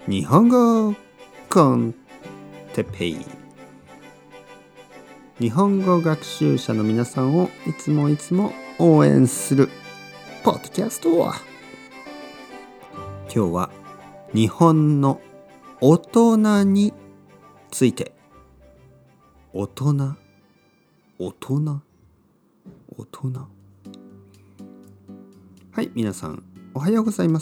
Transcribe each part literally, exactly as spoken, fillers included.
日本語コンテペイ。日本語学習者の皆さんをいつもいつも応援するポッドキャスト。今日は日本の大人について。大人大人大人はい、皆さんおはようございます。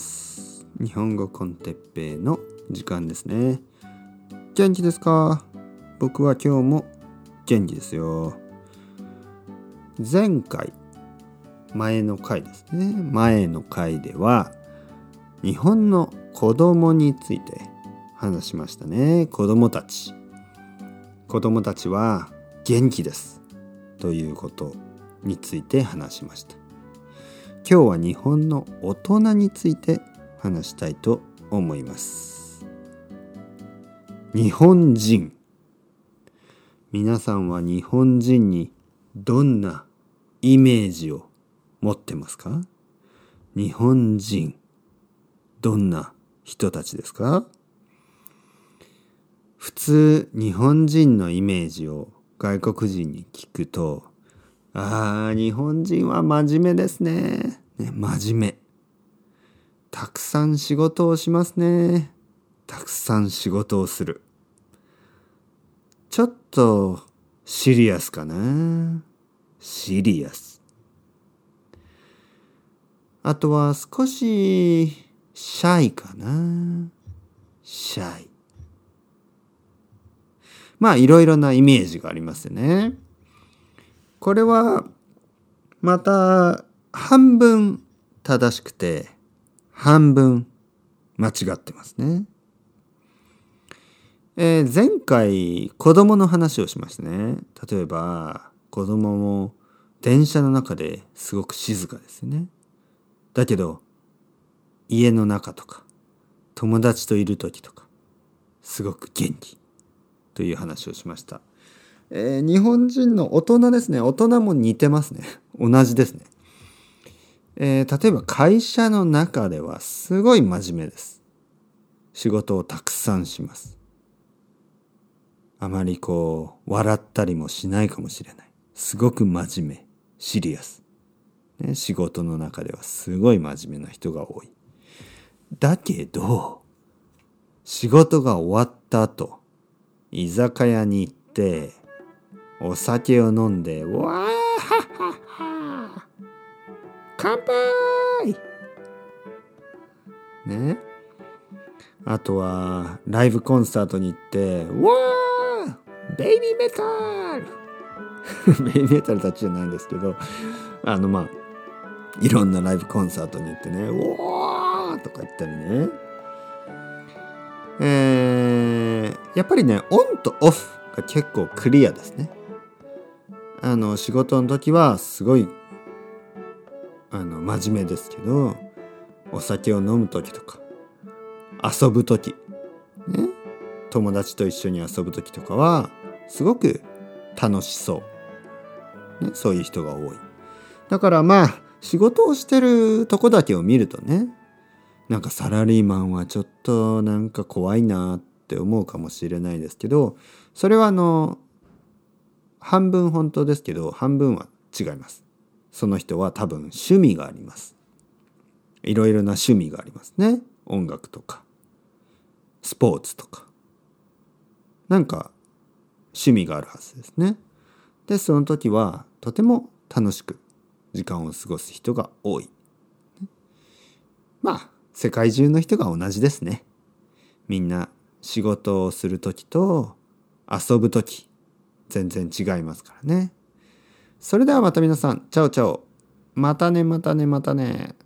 日本語コンテッペイの時間ですね。元気ですか？僕は今日も元気ですよ。前回前の回ですね前の回では日本の子供について話しましたね。子供たち子供たちは元気ですということについて話しました。今日は日本の大人について話したいと思います。日本人、皆さんは日本人にどんなイメージを持ってますか？日本人、どんな人たちですか？普通日本人のイメージを外国人に聞くと、ああ、日本人は真面目ですね。ね、真面目。たくさん仕事をしますね。たくさん仕事をする。ちょっとシリアスかな。シリアス。あとは少しシャイかな。シャイ。まあいろいろなイメージがありますよね。これはまた半分正しくて半分間違ってますね。えー、前回子供の話をしましたね。例えば子供も電車の中ですごく静かですね。だけど家の中とか友達といる時とかすごく元気という話をしました。えー、日本人の大人ですね。大人も似てますね。同じですね。えー、例えば会社の中ではすごい真面目です。仕事をたくさんします。あまりこう笑ったりもしないかもしれない。すごく真面目、シリアス、ね、仕事の中ではすごい真面目な人が多い。だけど仕事が終わった後、居酒屋に行ってお酒を飲んで、わーははは乾杯ね。あとはライブコンサートに行って、わーベイビーメタルベイビーメタルたちじゃないんですけど、あのまあいろんなライブコンサートに行ってね、わーとか言ったりね。えー、やっぱりね、オンとオフが結構クリアですね。あの仕事の時はすごいあの真面目ですけど、お酒を飲む時とか遊ぶ時、ね、友達と一緒に遊ぶ時とかはすごく楽しそう、ね、そういう人が多い。だからまあ仕事をしてるとこだけを見るとね、なんかサラリーマンはちょっとなんか怖いなって思うかもしれないですけど、それはあの半分本当ですけど半分は違います。その人は多分趣味があります。いろいろな趣味がありますね。音楽とかスポーツとかなんか趣味があるはずですね。でその時はとても楽しく時間を過ごす人が多い。まあ世界中の人が同じですね。みんな仕事をする時と遊ぶ時全然違いますからね。それではまた皆さん、チャオチャオ。またねまたねまたね。